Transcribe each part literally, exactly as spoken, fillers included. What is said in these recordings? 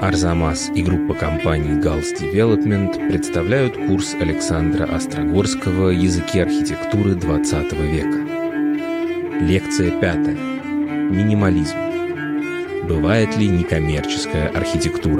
Арзамас и группа компаний Галс Девелопмент представляют курс Александра Острогорского «Языки архитектуры двадцатого века». Лекция пятая. Минимализм. Бывает ли некоммерческая архитектура?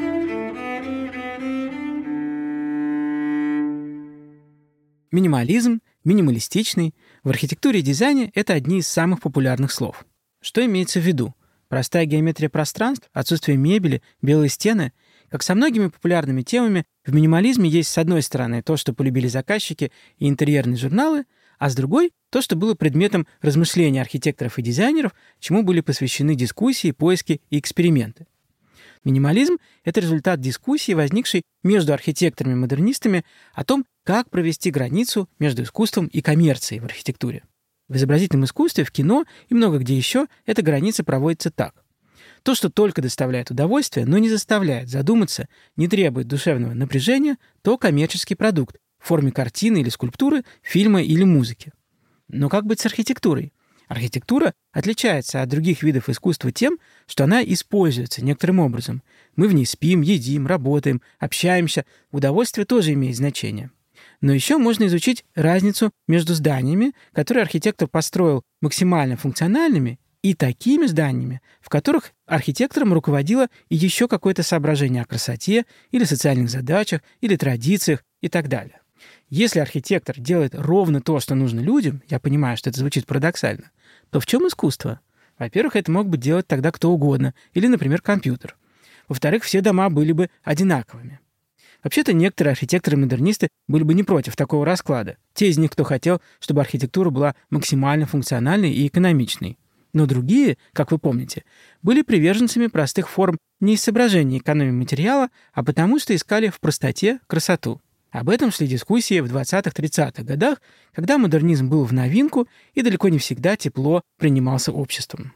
Минимализм, минималистичный в архитектуре и дизайне – это одни из самых популярных слов. Что имеется в виду? Простая геометрия пространств, отсутствие мебели, белые стены. Как со многими популярными темами, в минимализме есть, с одной стороны, то, что полюбили заказчики и интерьерные журналы, а с другой – то, что было предметом размышления архитекторов и дизайнеров, чему были посвящены дискуссии, поиски и эксперименты. Минимализм – это результат дискуссии, возникшей между архитекторами-модернистами о том, как провести границу между искусством и коммерцией в архитектуре. В изобразительном искусстве, в кино и много где еще эта граница проводится так. То, что только доставляет удовольствие, но не заставляет задуматься, не требует душевного напряжения, то коммерческий продукт в форме картины или скульптуры, фильма или музыки. Но как быть с архитектурой? Архитектура отличается от других видов искусства тем, что она используется некоторым образом. Мы в ней спим, едим, работаем, общаемся. Удовольствие тоже имеет значение. Но еще можно изучить разницу между зданиями, которые архитектор построил максимально функциональными, и такими зданиями, в которых архитектором руководило и еще какое-то соображение о красоте, или социальных задачах, или традициях и так далее. Если архитектор делает ровно то, что нужно людям, я понимаю, что это звучит парадоксально, то в чем искусство? Во-первых, это мог бы делать тогда кто угодно, или, например, компьютер. Во-вторых, все дома были бы одинаковыми. Вообще-то некоторые архитекторы-модернисты были бы не против такого расклада. Те из них, кто хотел, чтобы архитектура была максимально функциональной и экономичной. Но другие, как вы помните, были приверженцами простых форм не из соображений экономии материала, а потому что искали в простоте красоту. Об этом шли дискуссии в двадцатых-тридцатых годах, когда модернизм был в новинку и далеко не всегда тепло принимался обществом.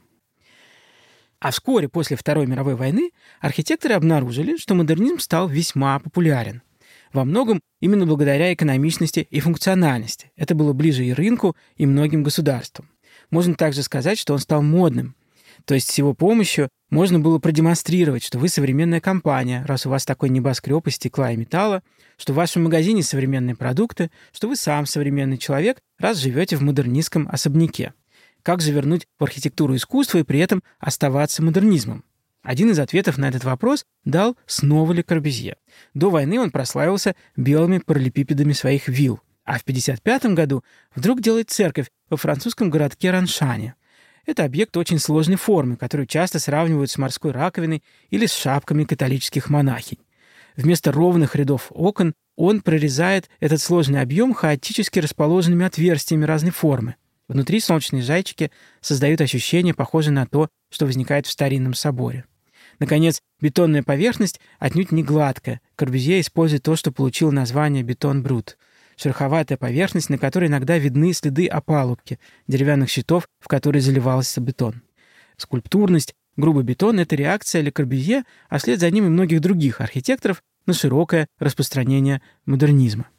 А вскоре после Второй мировой войны архитекторы обнаружили, что модернизм стал весьма популярен. Во многом именно благодаря экономичности и функциональности. Это было ближе и рынку, и многим государствам. Можно также сказать, что он стал модным. То есть с его помощью можно было продемонстрировать, что вы современная компания, раз у вас такой небоскреб из стекла и металла, что в вашем магазине современные продукты, что вы сам современный человек, раз живете в модернистском особняке. Как же вернуть в архитектуру искусство и при этом оставаться модернизмом? Один из ответов на этот вопрос дал снова Ле Корбюзье. До войны он прославился белыми параллелепипедами своих вилл, а в пятьдесят пятом году вдруг делает церковь во французском городке Раншане. Это объект очень сложной формы, которую часто сравнивают с морской раковиной или с шапками католических монахинь. Вместо ровных рядов окон он прорезает этот сложный объем хаотически расположенными отверстиями разной формы. Внутри солнечные зайчики создают ощущение, похожее на то, что возникает в старинном соборе. Наконец, бетонная поверхность отнюдь не гладкая. Корбюзье использует то, что получило название бетон-брут. Шероховатая поверхность, на которой иногда видны следы опалубки, деревянных щитов, в которые заливался бетон. Скульптурность, грубый бетон — это реакция Ле Корбюзье, а вслед за ним и многих других архитекторов на широкое распространение модернизма.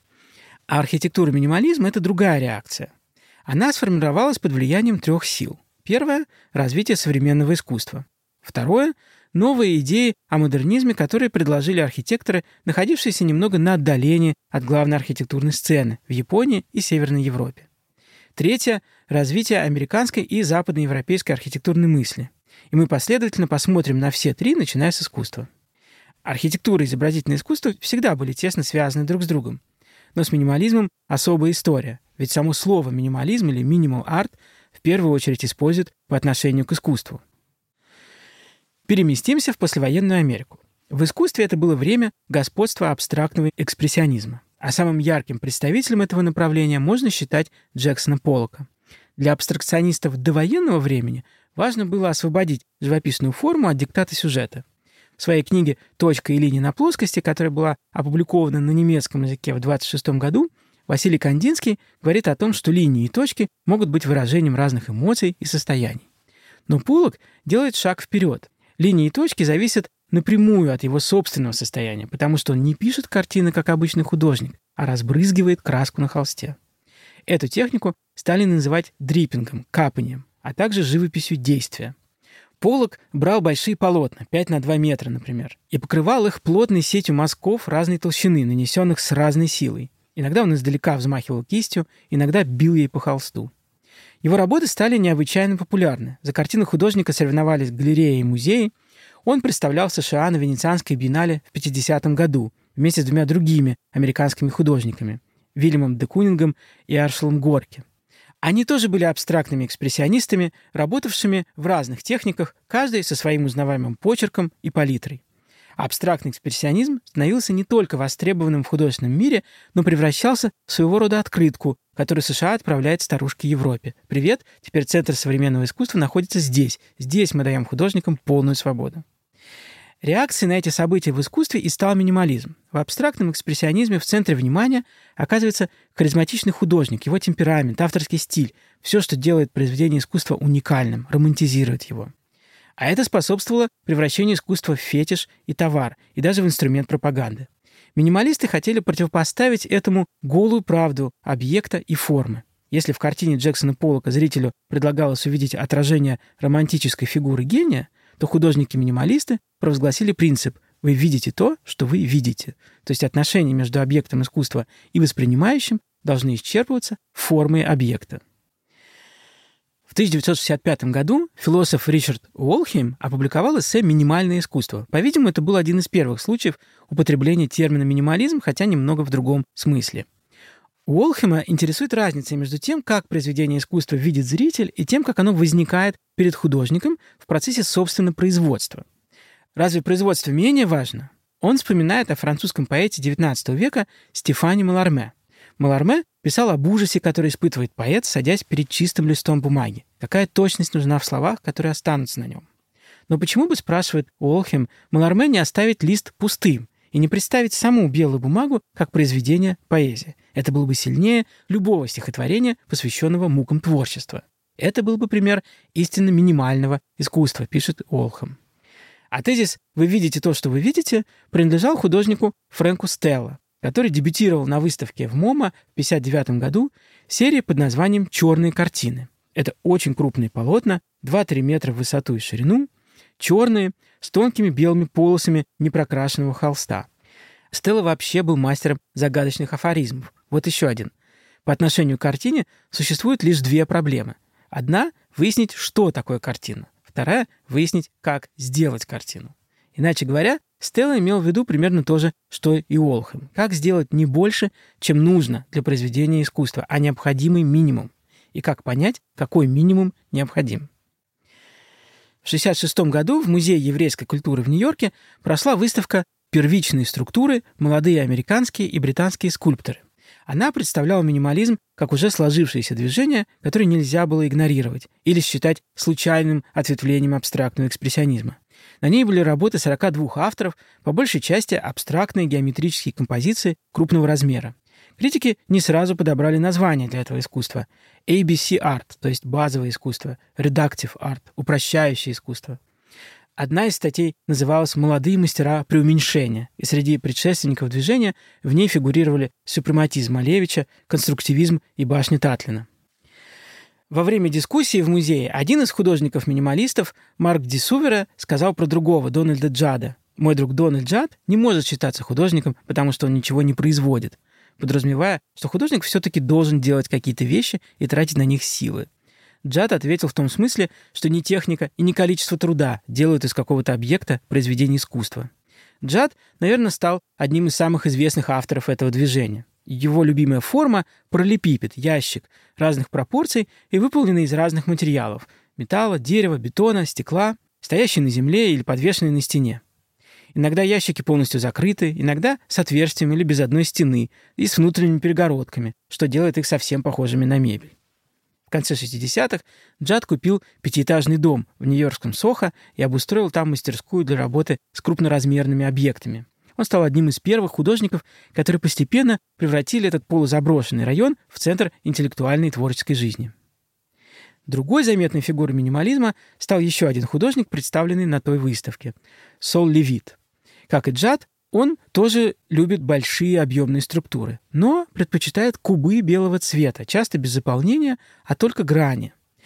А архитектура минимализма — это другая реакция. Она сформировалась под влиянием трех сил. Первое — развитие современного искусства. Второе — новые идеи о модернизме, которые предложили архитекторы, находившиеся немного на отдалении от главной архитектурной сцены в Японии и Северной Европе. Третье — развитие американской и западноевропейской архитектурной мысли. И мы последовательно посмотрим на все три, начиная с искусства. Архитектура и изобразительное искусство всегда были тесно связаны друг с другом. Но с минимализмом особая история. Ведь само слово «минимализм» или «minimal art» в первую очередь используют по отношению к искусству. Переместимся в послевоенную Америку. В искусстве это было время господства абстрактного экспрессионизма. А самым ярким представителем этого направления можно считать Джексона Поллока. Для абстракционистов довоенного времени важно было освободить живописную форму от диктата сюжета. В своей книге «Точка и линия на плоскости», которая была опубликована на немецком языке в двадцать шестом году, Василий Кандинский говорит о том, что линии и точки могут быть выражением разных эмоций и состояний. Но Поллок делает шаг вперед. Линии и точки зависят напрямую от его собственного состояния, потому что он не пишет картины, как обычный художник, а разбрызгивает краску на холсте. Эту технику стали называть дриппингом, капанием, а также живописью действия. Поллок брал большие полотна, пять на два метра, например, и покрывал их плотной сетью мазков разной толщины, нанесенных с разной силой. Иногда он издалека взмахивал кистью, иногда бил ей по холсту. Его работы стали необычайно популярны. За картины художника соревновались галереи и музеи. Он представлял США на Венецианской биеннале в пятидесятом году вместе с двумя другими американскими художниками – Вильямом де Кунингом и Аршелом Горки. Они тоже были абстрактными экспрессионистами, работавшими в разных техниках, каждый со своим узнаваемым почерком и палитрой. Абстрактный экспрессионизм становился не только востребованным в художественном мире, но превращался в своего рода открытку, которую США отправляет старушке Европе. «Привет, теперь центр современного искусства находится здесь. Здесь мы даем художникам полную свободу». Реакцией на эти события в искусстве и стал минимализм. В абстрактном экспрессионизме в центре внимания оказывается харизматичный художник, его темперамент, авторский стиль, все, что делает произведение искусства уникальным, романтизирует его. А это способствовало превращению искусства в фетиш и товар, и даже в инструмент пропаганды. Минималисты хотели противопоставить этому голую правду объекта и формы. Если в картине Джексона Поллока зрителю предлагалось увидеть отражение романтической фигуры гения, то художники-минималисты провозгласили принцип «вы видите то, что вы видите». То есть отношения между объектом искусства и воспринимающим должны исчерпываться формой объекта. В тысяча девятьсот шестьдесят пятом году философ Ричард Уолхейм опубликовал эссе «Минимальное искусство». По-видимому, это был один из первых случаев употребления термина «минимализм», хотя немного в другом смысле. Уолхейма интересует разница между тем, как произведение искусства видит зритель, и тем, как оно возникает перед художником в процессе собственного производства. Разве производство менее важно? Он вспоминает о французском поэте девятнадцатого века Стефане Маларме. Маларме писал об ужасе, который испытывает поэт, садясь перед чистым листом бумаги. Какая точность нужна в словах, которые останутся на нем? Но почему бы, спрашивает Уолхейм, Маларме не оставить лист пустым и не представить саму белую бумагу как произведение поэзии? Это было бы сильнее любого стихотворения, посвященного мукам творчества. Это был бы пример истинно минимального искусства, пишет Уолхейм. А тезис «вы видите то, что вы видите» принадлежал художнику Фрэнку Стелла, который дебютировал на выставке в МоМА в пятьдесят девятом году серии под названием «Черные картины». Это очень крупные полотна, два-три метра в высоту и ширину, черные, с тонкими белыми полосами непрокрашенного холста. Стелла вообще был мастером загадочных афоризмов. Вот еще один. По отношению к картине существует лишь две проблемы. Одна — выяснить, что такое картина. Вторая — выяснить, как сделать картину. Иначе говоря, Стелла имел в виду примерно то же, что и Уолхейм. Как сделать не больше, чем нужно для произведения искусства, а необходимый минимум. И как понять, какой минимум необходим. В шестьдесят шестом году в Музее еврейской культуры в Нью-Йорке прошла выставка «Первичные структуры. Молодые американские и британские скульпторы». Она представляла минимализм как уже сложившееся движение, которое нельзя было игнорировать или считать случайным ответвлением абстрактного экспрессионизма. На ней были работы сорока двух авторов, по большей части абстрактные геометрические композиции крупного размера. Критики не сразу подобрали название для этого искусства. эй би си-арт, то есть базовое искусство, reductive art, упрощающее искусство. Одна из статей называлась «Молодые мастера преуменьшения», и среди предшественников движения в ней фигурировали супрематизм Малевича, конструктивизм и башня Татлина. Во время дискуссии в музее один из художников-минималистов, Марк Ди Сувера, сказал про другого, Дональда Джада: «Мой друг Дональд Джад не может считаться художником, потому что он ничего не производит», подразумевая, что художник все-таки должен делать какие-то вещи и тратить на них силы. Джад ответил в том смысле, что не техника и не количество труда делают из какого-то объекта произведение искусства. Джад, наверное, стал одним из самых известных авторов этого движения. Его любимая форма — параллелепипед, ящик разных пропорций и выполненный из разных материалов — металла, дерева, бетона, стекла, стоящий на земле или подвешенный на стене. Иногда ящики полностью закрыты, иногда с отверстием или без одной стены и с внутренними перегородками, что делает их совсем похожими на мебель. В конце шестидесятых Джад купил пятиэтажный дом в нью-йоркском Сохо и обустроил там мастерскую для работы с крупноразмерными объектами. Он стал одним из первых художников, которые постепенно превратили этот полузаброшенный район в центр интеллектуальной и творческой жизни. Другой заметной фигурой минимализма стал еще один художник, представленный на той выставке — Сол Левит. Как и Джад, он тоже любит большие объемные структуры, но предпочитает кубы белого цвета, часто без заполнения, а только грани.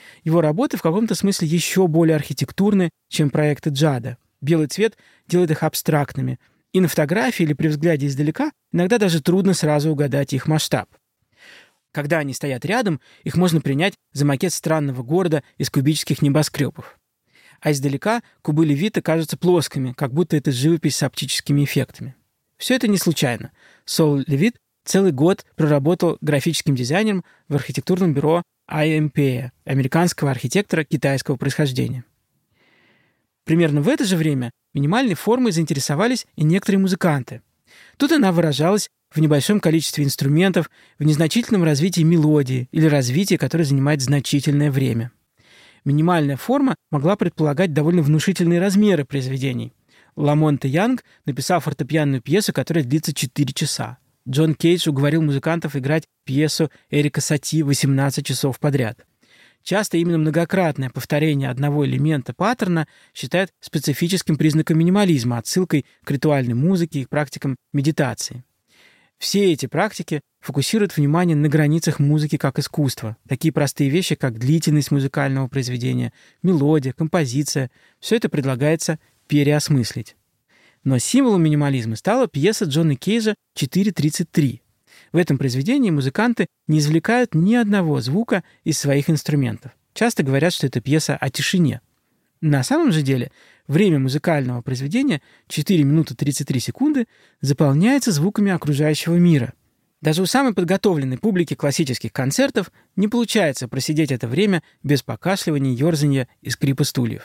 Его работы в каком-то смысле еще более архитектурны, чем проекты Джада. Белый цвет делает их абстрактными, и на фотографии или при взгляде издалека иногда даже трудно сразу угадать их масштаб. Когда они стоят рядом, их можно принять за макет странного города из кубических небоскребов. А издалека кубы Левита кажутся плоскими, как будто это живопись с оптическими эффектами. Все это не случайно. Сол Левит целый год проработал графическим дизайнером в архитектурном бюро ай эм пи, американского архитектора китайского происхождения. Примерно в это же время минимальной формой заинтересовались и некоторые музыканты. Тут она выражалась в небольшом количестве инструментов, в незначительном развитии мелодии или развитии, которое занимает значительное время. Минимальная форма могла предполагать довольно внушительные размеры произведений. Ламонте Янг написал фортепианную пьесу, которая длится четыре часа. Джон Кейдж уговорил музыкантов играть пьесу Эрика Сати восемнадцать часов подряд. Часто именно многократное повторение одного элемента паттерна считают специфическим признаком минимализма, отсылкой к ритуальной музыке и к практикам медитации. Все эти практики фокусируют внимание на границах музыки как искусства. Такие простые вещи, как длительность музыкального произведения, мелодия, композиция – все это предлагается переосмыслить. Но символом минимализма стала пьеса Джона Кейджа «четыре тридцать три». В этом произведении музыканты не извлекают ни одного звука из своих инструментов. Часто говорят, что это пьеса о тишине. На самом же деле время музыкального произведения четыре минуты тридцать три секунды заполняется звуками окружающего мира. Даже у самой подготовленной публики классических концертов не получается просидеть это время без покашливания, ерзания и скрипа стульев.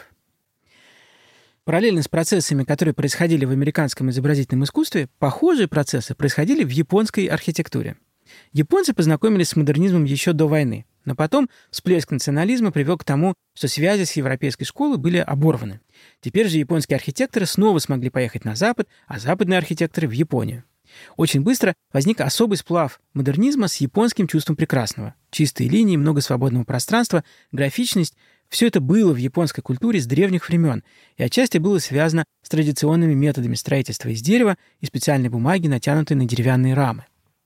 Параллельно с процессами, которые происходили в американском изобразительном искусстве, похожие процессы происходили в японской архитектуре. Японцы познакомились с модернизмом еще до войны, но потом всплеск национализма привел к тому, что связи с европейской школой были оборваны. Теперь же японские архитекторы снова смогли поехать на Запад, а западные архитекторы — в Японию. Очень быстро возник особый сплав модернизма с японским чувством прекрасного. Чистые линии, много свободного пространства, графичность — все это было в японской культуре с древних времен и отчасти было связано с традиционными методами строительства из дерева и специальной бумаги, натянутой на деревянные рамы.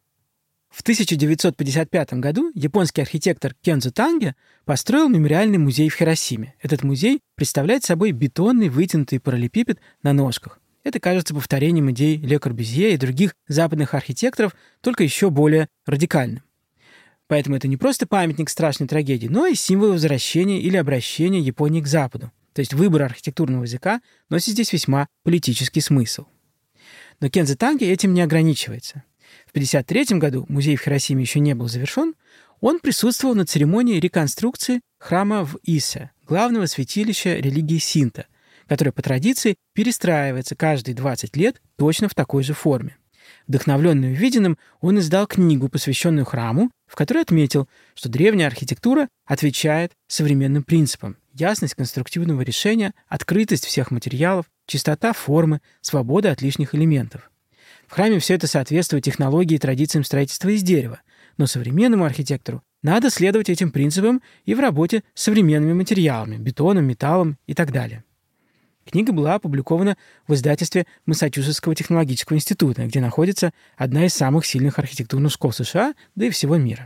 В тысяча девятьсот пятьдесят пятом году японский архитектор Кензо Танге построил мемориальный музей в Хиросиме. Этот музей представляет собой бетонный вытянутый параллелепипед на ножках. Это кажется повторением идей Ле Корбюзье и других западных архитекторов, только еще более радикальным. Поэтому это не просто памятник страшной трагедии, но и символ возвращения или обращения Японии к Западу. То есть выбор архитектурного языка носит здесь весьма политический смысл. Но Кензо Танге этим не ограничивается. В тысяча девятьсот пятьдесят третьем году музей в Хиросиме еще не был завершен, он присутствовал на церемонии реконструкции храма в Исе, главного святилища религии синто, которое по традиции перестраивается каждые двадцать лет точно в такой же форме. Вдохновленный увиденным, он издал книгу, посвященную храму, в которой отметил, что древняя архитектура отвечает современным принципам: ясность конструктивного решения, открытость всех материалов, чистота формы, свобода от лишних элементов. В храме все это соответствует технологии и традициям строительства из дерева, но современному архитектору надо следовать этим принципам и в работе с современными материалами – бетоном, металлом и так далее. Книга была опубликована в издательстве Массачусетского технологического института, где находится одна из самых сильных архитектурных школ США, да и всего мира.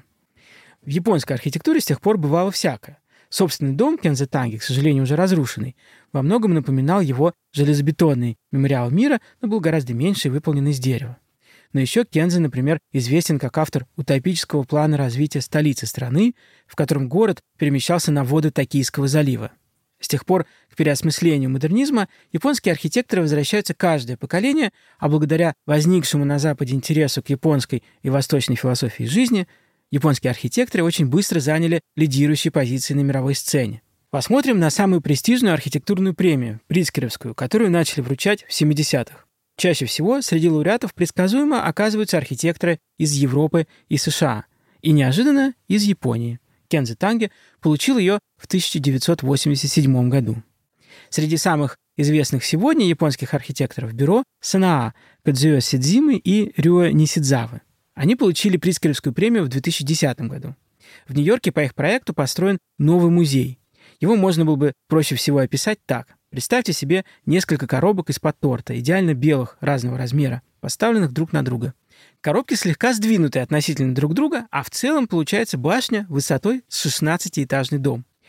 В японской архитектуре с тех пор бывало всякое. Собственный дом Кензо Танге, к сожалению, уже разрушенный, во многом напоминал его железобетонный мемориал мира, но был гораздо меньше и выполнен из дерева. Но еще Кензо, например, известен как автор утопического плана развития столицы страны, в котором город перемещался на воды Токийского залива. С тех пор к переосмыслению модернизма японские архитекторы возвращаются каждое поколение, а благодаря возникшему на Западе интересу к японской и восточной философии жизни, японские архитекторы очень быстро заняли лидирующие позиции на мировой сцене. Посмотрим на самую престижную архитектурную премию, Прицкеровскую, которую начали вручать в семидесятых. Чаще всего среди лауреатов предсказуемо оказываются архитекторы из Европы и США, и неожиданно из Японии. Кензо Танге получил ее в тысяча девятьсот восемьдесят седьмом году. Среди самых известных сегодня японских архитекторов бюро Санаа, Кадзуё Сидзимы и Рюо Нисидзавы. Они получили Прицкеровскую премию в две тысячи десятом году. В Нью-Йорке по их проекту построен новый музей. Его можно было бы проще всего описать так. Представьте себе несколько коробок из-под торта, идеально белых, разного размера, поставленных друг на друга. Коробки слегка сдвинуты относительно друг друга, а в целом получается башня высотой с шестнадцатиэтажный дом.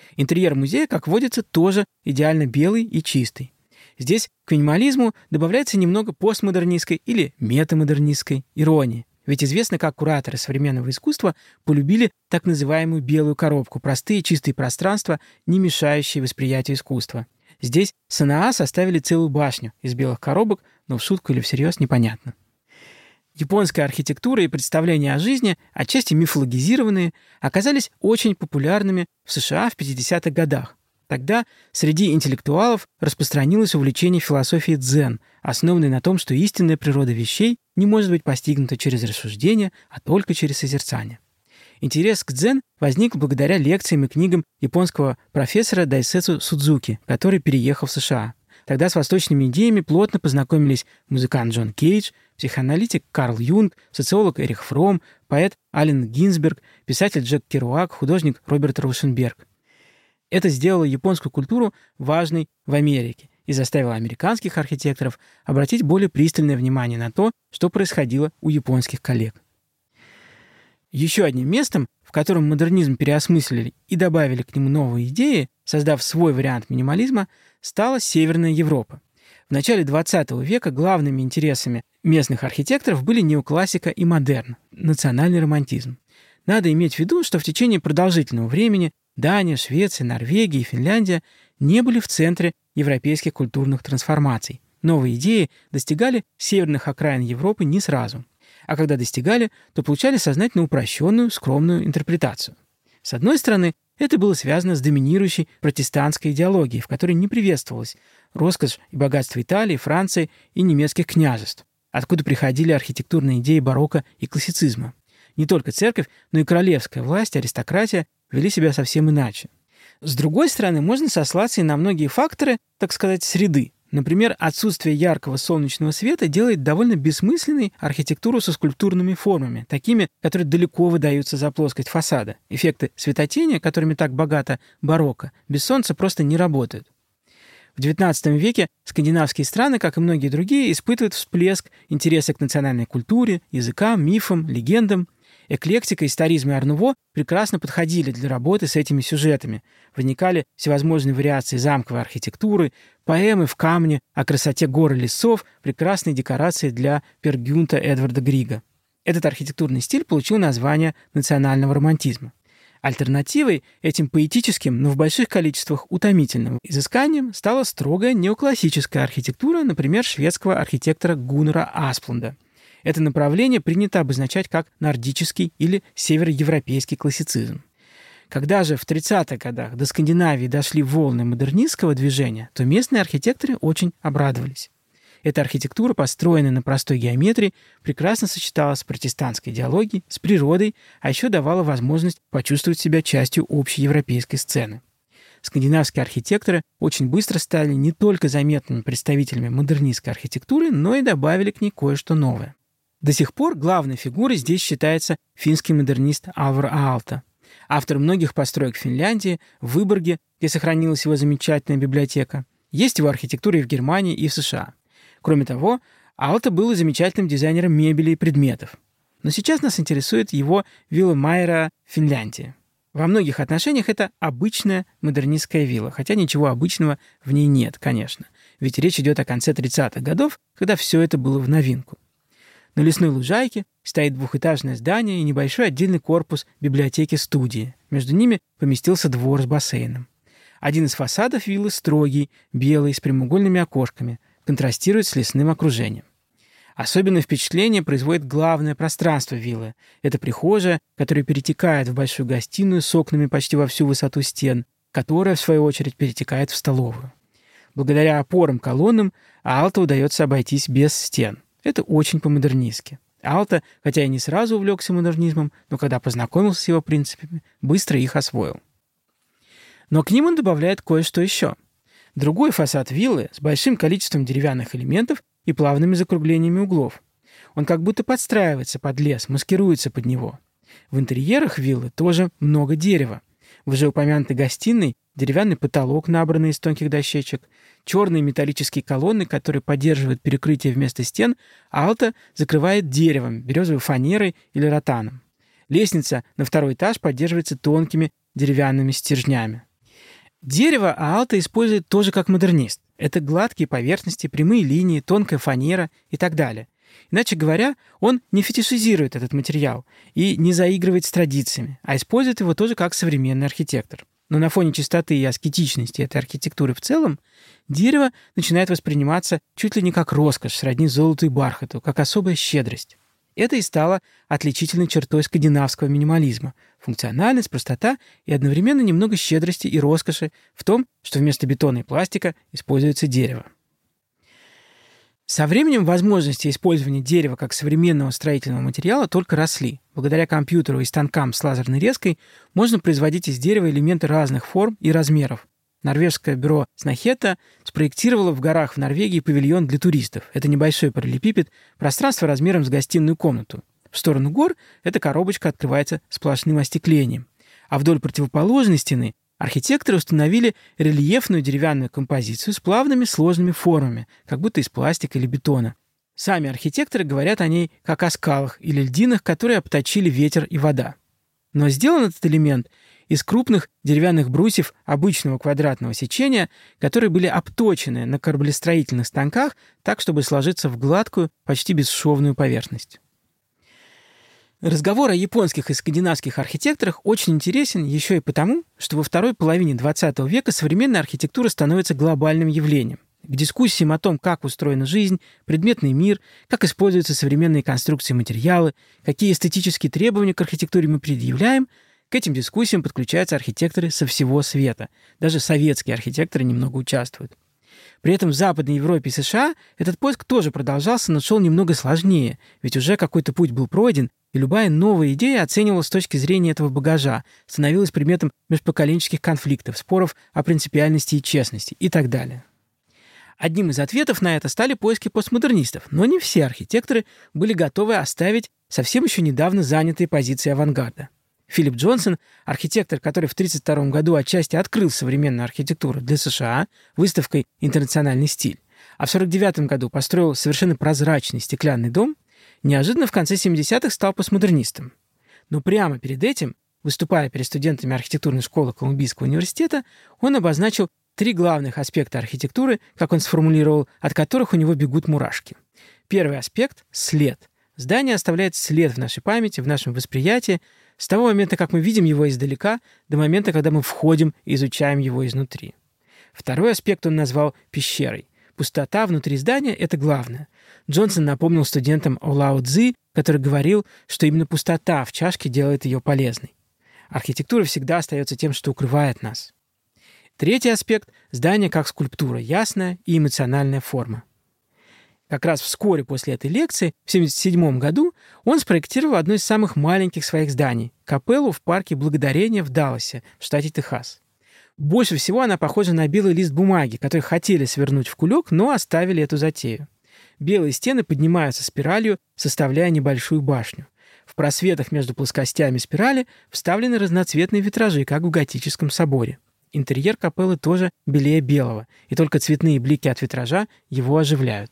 Интерьер музея, как водится, тоже идеально белый и чистый. Здесь к минимализму добавляется немного постмодернистской или метамодернистской иронии. Ведь известно, как кураторы современного искусства полюбили так называемую белую коробку, простые чистые пространства, не мешающие восприятию искусства. Здесь Санаа составили целую башню из белых коробок, но в шутку или всерьез непонятно. Японская архитектура и представления о жизни, отчасти мифологизированные, оказались очень популярными в США в пятидесятых годах. Тогда среди интеллектуалов распространилось увлечение философией дзен, основанной на том, что истинная природа вещей не может быть постигнута через рассуждение, а только через созерцание. Интерес к дзен возник благодаря лекциям и книгам японского профессора Дайсетсу Судзуки, который переехал в США. Тогда с восточными идеями плотно познакомились музыкант Джон Кейдж, психоаналитик Карл Юнг, социолог Эрих Фром, поэт Аллен Гинзберг, писатель Джек Керуак, художник Роберт Роушенберг. Это сделало японскую культуру важной в Америке и заставило американских архитекторов обратить более пристальное внимание на то, что происходило у японских коллег. Еще одним местом, в котором модернизм переосмыслили и добавили к нему новые идеи, создав свой вариант минимализма, стала Северная Европа. В начале двадцатого века главными интересами местных архитекторов были неоклассика и модерн, национальный романтизм. Надо иметь в виду, что в течение продолжительного времени Дания, Швеция, Норвегия и Финляндия не были в центре европейских культурных трансформаций. Новые идеи достигали северных окраин Европы не сразу. А когда достигали, то получали сознательно упрощенную, скромную интерпретацию. С одной стороны, это было связано с доминирующей протестантской идеологией, в которой не приветствовалась роскошь и богатство Италии, Франции и немецких княжеств, откуда приходили архитектурные идеи барокко и классицизма. Не только церковь, но и королевская власть, аристократия вели себя совсем иначе. С другой стороны, можно сослаться и на многие факторы, так сказать, среды. Например, отсутствие яркого солнечного света делает довольно бессмысленной архитектуру со скульптурными формами, такими, которые далеко выдаются за плоскость фасада. Эффекты светотения, которыми так богато барокко, без солнца просто не работают. В девятнадцатом веке скандинавские страны, как и многие другие, испытывают всплеск интереса к национальной культуре, языкам, мифам, легендам. Эклектика, историзм и ар-нуво прекрасно подходили для работы с этими сюжетами. Возникали всевозможные вариации замковой архитектуры, поэмы в камне о красоте гор и лесов, прекрасные декорации для Пер Гюнта Эдварда Грига. Этот архитектурный стиль получил название национального романтизма. Альтернативой этим поэтическим, но в больших количествах утомительным изысканиям стала строгая неоклассическая архитектура, например, шведского архитектора Гуннара Асплунда. Это направление принято обозначать как нордический или североевропейский классицизм. Когда же в тридцатых годах до Скандинавии дошли волны модернистского движения, то местные архитекторы очень обрадовались. Эта архитектура, построенная на простой геометрии, прекрасно сочеталась с протестантской идеологией, с природой, а еще давала возможность почувствовать себя частью общей европейской сцены. Скандинавские архитекторы очень быстро стали не только заметными представителями модернистской архитектуры, но и добавили к ней кое-что новое. До сих пор главной фигурой здесь считается финский модернист Алвар Аалто. Автор многих построек в Финляндии, в Выборге, где сохранилась его замечательная библиотека. Есть его архитектура и в Германии, и в США. Кроме того, Аалто был и замечательным дизайнером мебели и предметов. Но сейчас нас интересует его вилла Майера в Финляндии. Во многих отношениях это обычная модернистская вилла, хотя ничего обычного в ней нет, конечно. Ведь речь идет о конце тридцатых годов, когда все это было в новинку. На лесной лужайке стоит двухэтажное здание и небольшой отдельный корпус библиотеки-студии. Между ними поместился двор с бассейном. Один из фасадов виллы строгий, белый, с прямоугольными окошками, контрастирует с лесным окружением. Особенное впечатление производит главное пространство виллы. Это прихожая, которая перетекает в большую гостиную с окнами почти во всю высоту стен, которая, в свою очередь, перетекает в столовую. Благодаря опорам-колоннам Аалто удается обойтись без стен. Это очень по-модернистски. Аалто, хотя и не сразу увлекся модернизмом, но когда познакомился с его принципами, быстро их освоил. Но к ним он добавляет кое-что еще. Другой фасад виллы с большим количеством деревянных элементов и плавными закруглениями углов. Он как будто подстраивается под лес, маскируется под него. В интерьерах виллы тоже много дерева. В уже упомянутой гостиной деревянный потолок, набранный из тонких дощечек, черные металлические колонны, которые поддерживают перекрытие вместо стен, Аалто закрывает деревом, березовой фанерой или ротаном. Лестница на второй этаж поддерживается тонкими деревянными стержнями. Дерево Aalto использует тоже как модернист. Это гладкие поверхности, прямые линии, тонкая фанера и так далее. Иначе говоря, он не фетишизирует этот материал и не заигрывает с традициями, а использует его тоже как современный архитектор. Но на фоне чистоты и аскетичности этой архитектуры в целом дерево начинает восприниматься чуть ли не как роскошь, сродни золоту и бархату, как особая щедрость. Это и стало отличительной чертой скандинавского минимализма – функциональность, простота и одновременно немного щедрости и роскоши в том, что вместо бетона и пластика используется дерево. Со временем возможности использования дерева как современного строительного материала только росли. Благодаря компьютеру и станкам с лазерной резкой можно производить из дерева элементы разных форм и размеров. Норвежское бюро Снахета спроектировало в горах в Норвегии павильон для туристов. Это небольшой параллелепипед, пространство размером с гостиную комнату. В сторону гор эта коробочка открывается сплошным остеклением. А вдоль противоположной стены архитекторы установили рельефную деревянную композицию с плавными сложными формами, как будто из пластика или бетона. Сами архитекторы говорят о ней как о скалах или льдинах, которые обточили ветер и вода. Но сделан этот элемент из крупных деревянных брусьев обычного квадратного сечения, которые были обточены на кораблестроительных станках так, чтобы сложиться в гладкую, почти бесшовную поверхность. Разговор о японских и скандинавских архитекторах очень интересен еще и потому, что во второй половине двадцатого века современная архитектура становится глобальным явлением. К дискуссиям о том, как устроена жизнь, предметный мир, как используются современные конструкции и материалы, какие эстетические требования к архитектуре мы предъявляем, к этим дискуссиям подключаются архитекторы со всего света. Даже советские архитекторы немного участвуют. При этом в Западной Европе и США этот поиск тоже продолжался, но шел немного сложнее, ведь уже какой-то путь был пройден, и любая новая идея оценивалась с точки зрения этого багажа, становилась предметом межпоколенческих конфликтов, споров о принципиальности и честности и так далее. Одним из ответов на это стали поиски постмодернистов, но не все архитекторы были готовы оставить совсем еще недавно занятые позиции авангарда. Филипп Джонсон, архитектор, который в тысяча девятьсот тридцать втором году отчасти открыл современную архитектуру для США выставкой «Интернациональный стиль», а в сорок девятом году построил совершенно прозрачный стеклянный дом, неожиданно в конце семидесятых стал постмодернистом. Но прямо перед этим, выступая перед студентами архитектурной школы Колумбийского университета, он обозначил три главных аспекта архитектуры, как он сформулировал, от которых у него бегут мурашки. Первый аспект — след. Здание оставляет след в нашей памяти, в нашем восприятии, с того момента, как мы видим его издалека, до момента, когда мы входим и изучаем его изнутри. Второй аспект он назвал пещерой. Пустота внутри здания — это главное. Джонсон напомнил студентам о Лао Цзи, который говорил, что именно пустота в чашке делает ее полезной. Архитектура всегда остается тем, что укрывает нас. Третий аспект — здание как скульптура, ясная и эмоциональная форма. Как раз вскоре после этой лекции, в семьдесят седьмом году, он спроектировал одно из самых маленьких своих зданий — капеллу в парке Благодарения в Далласе, в штате Техас. Больше всего она похожа на белый лист бумаги, который хотели свернуть в кулек, но оставили эту затею. Белые стены поднимаются спиралью, составляя небольшую башню. В просветах между плоскостями спирали вставлены разноцветные витражи, как в готическом соборе. Интерьер капеллы тоже белее белого, и только цветные блики от витража его оживляют.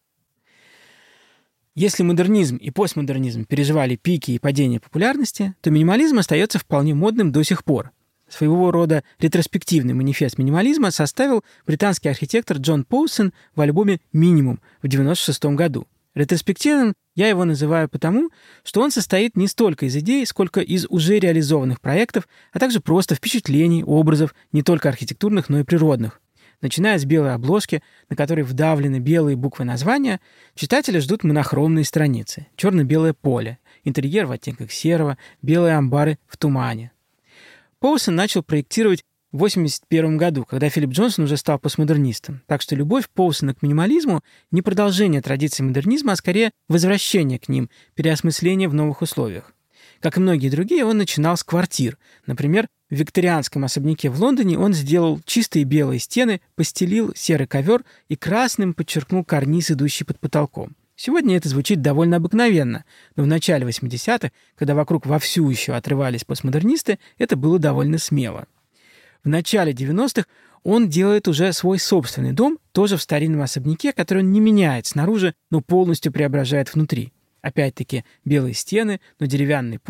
Если модернизм и постмодернизм переживали пики и падения популярности, то минимализм остается вполне модным до сих пор. Своего рода ретроспективный манифест минимализма составил британский архитектор Джон Поусон в альбоме «Минимум» в девяносто шестом году. Ретроспективным я его называю потому, что он состоит не столько из идей, сколько из уже реализованных проектов, а также просто впечатлений, образов, не только архитектурных, но и природных. Начиная с белой обложки, на которой вдавлены белые буквы названия, читатели ждут монохромные страницы, черно-белое поле, интерьер в оттенках серого, белые амбары в тумане. Поусон начал проектировать в восемьдесят первом году, когда Филипп Джонсон уже стал постмодернистом. Так что любовь Поусона к минимализму не продолжение традиций модернизма, а скорее возвращение к ним, переосмысление в новых условиях. Как и многие другие, он начинал с квартир. Например, в викторианском особняке в Лондоне он сделал чистые белые стены, постелил серый ковер и красным подчеркнул карниз, идущий под потолком. Сегодня это звучит довольно обыкновенно, но в начале восьмидесятых, когда вокруг вовсю еще отрывались постмодернисты, это было довольно смело. В начале девяностых он делает уже свой собственный дом, тоже в старинном особняке, который он не меняет снаружи, но полностью преображает внутри. Опять-таки белые стены, но деревянный пол,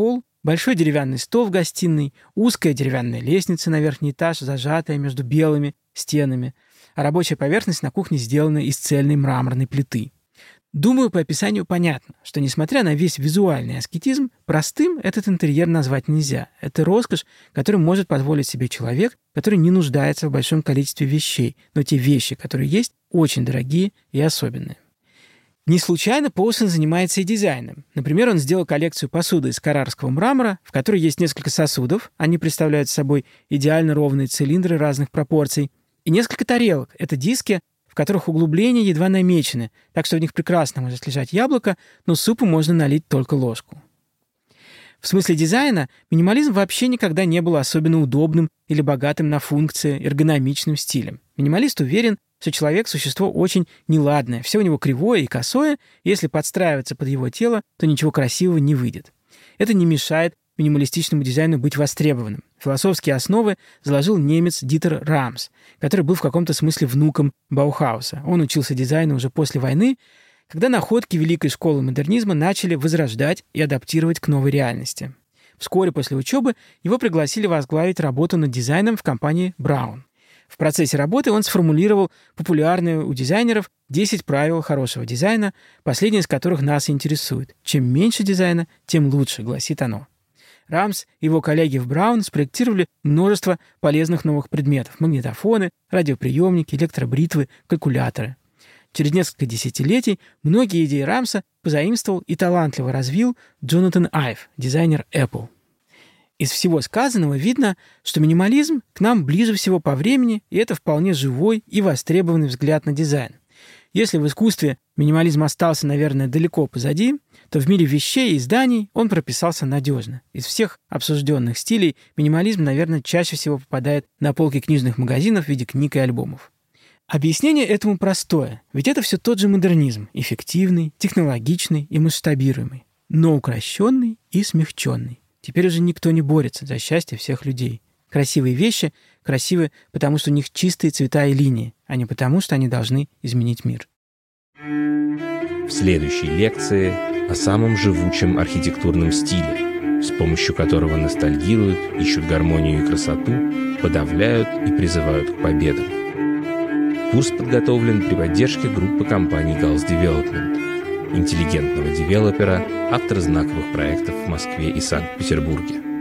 Большой деревянный стол в гостиной, узкая деревянная лестница на верхний этаж, зажатая между белыми стенами, а рабочая поверхность на кухне сделана из цельной мраморной плиты. Думаю, по описанию понятно, что, несмотря на весь визуальный аскетизм, простым этот интерьер назвать нельзя. Это роскошь, которую может позволить себе человек, который не нуждается в большом количестве вещей, но те вещи, которые есть, очень дорогие и особенные. Не случайно Поусон занимается и дизайном. Например, он сделал коллекцию посуды из каррарского мрамора, в которой есть несколько сосудов, они представляют собой идеально ровные цилиндры разных пропорций, и несколько тарелок — это диски, в которых углубления едва намечены, так что в них прекрасно может лежать яблоко, но супу можно налить только ложку. В смысле дизайна минимализм вообще никогда не был особенно удобным или богатым на функции, эргономичным стилем. Минималист уверен, что человек — существо очень неладное, все у него кривое и косое, и если подстраиваться под его тело, то ничего красивого не выйдет. Это не мешает минималистичному дизайну быть востребованным. Философские основы заложил немец Дитер Рамс, который был в каком-то смысле внуком Баухауса. Он учился дизайну уже после войны, когда находки Великой школы модернизма начали возрождать и адаптировать к новой реальности. Вскоре после учебы его пригласили возглавить работу над дизайном в компании Браун. В процессе работы он сформулировал популярные у дизайнеров десять правил хорошего дизайна, последнее из которых нас интересует. Чем меньше дизайна, тем лучше, гласит оно. Рамс и его коллеги в Браун спроектировали множество полезных новых предметов – магнитофоны, радиоприемники, электробритвы, калькуляторы. Через несколько десятилетий многие идеи Рамса позаимствовал и талантливо развил Джонатан Айв, дизайнер Apple. Из всего сказанного видно, что минимализм к нам ближе всего по времени, и это вполне живой и востребованный взгляд на дизайн. Если в искусстве минимализм остался, наверное, далеко позади, то в мире вещей и зданий он прописался надежно. Из всех обсужденных стилей минимализм, наверное, чаще всего попадает на полки книжных магазинов в виде книг и альбомов. Объяснение этому простое, ведь это все тот же модернизм, эффективный, технологичный и масштабируемый, но укращенный и смягченный. Теперь уже никто не борется за счастье всех людей. Красивые вещи красивы, потому что у них чистые цвета и линии, а не потому, что они должны изменить мир. В следующей лекции о самом живучем архитектурном стиле, с помощью которого ностальгируют, ищут гармонию и красоту, подавляют и призывают к победам. Курс подготовлен при поддержке группы компаний Gals Development, интеллигентного девелопера, автора знаковых проектов в Москве и Санкт-Петербурге.